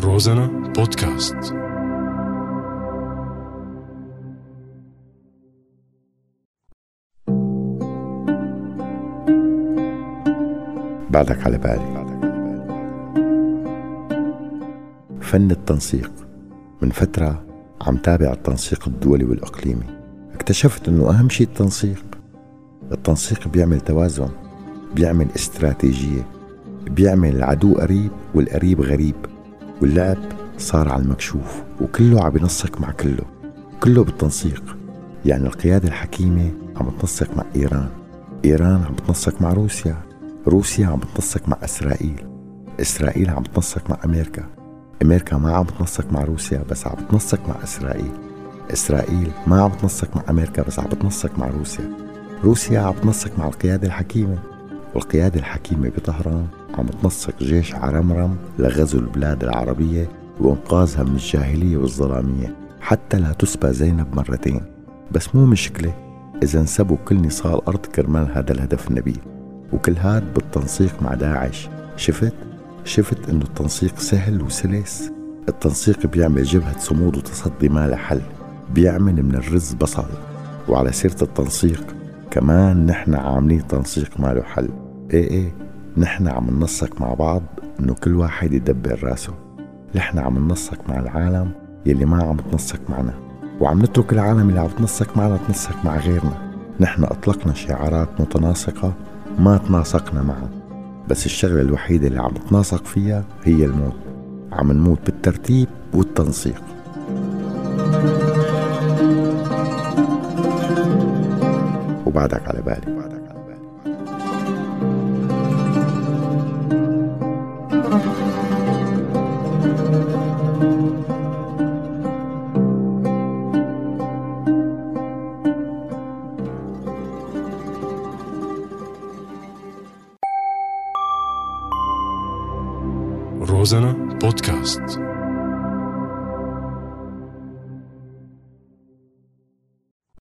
روزانا بودكاست. بعدك على بالي. فن التنسيق. من فترة عم تابع التنسيق الدولي والإقليمي، اكتشفت انه اهم شيء التنسيق بيعمل توازن، بيعمل استراتيجية، بيعمل العدو قريب والقريب غريب، واللعب صار على المكشوف وكله عم ينسق مع كله بالتنسيق. يعني القيادة الحكيمة عم تنسق مع إيران عم تنسق مع روسيا عم تنسق مع إسرائيل عم تنسق مع أمريكا ما عم تنسق مع روسيا بس عم تنسق مع إسرائيل ما عم تنسق مع أمريكا بس عم تنسق مع روسيا عم تنسق مع القيادة الحكيمة، والقيادة الحكيمة بطهران عم تنسق جيش عرمرم لغزو البلاد العربية وإنقاذها من الجاهلية والظلامية حتى لا تسبى زينب مرتين. بس مو مشكلة إذا انسبوا كل نصال الأرض كرمال هذا الهدف النبيل، وكل هاد بالتنسيق مع داعش. شفت إنه التنسيق سهل وسلس. التنسيق بيعمل جبهة صمود وتصدي ما لها حل، بيعمل من الرز بصل. وعلى سيرة التنسيق كمان نحن عاملين تنسيق ما له حل. ايه نحن عم ننسق مع بعض إنه كل واحد يدبر راسه. نحن عم ننسق مع العالم يلي ما عم تنسق معنا، وعم نترك العالم اللي عم تنسق معنا تنسق مع غيرنا. نحن أطلقنا شعارات متناسقة ما تناسقنا معها، بس الشغلة الوحيدة اللي عم تناسق فيها هي الموت. عم نموت بالترتيب والتنسيق. وبعدك على بالي. روزانا بودكاست.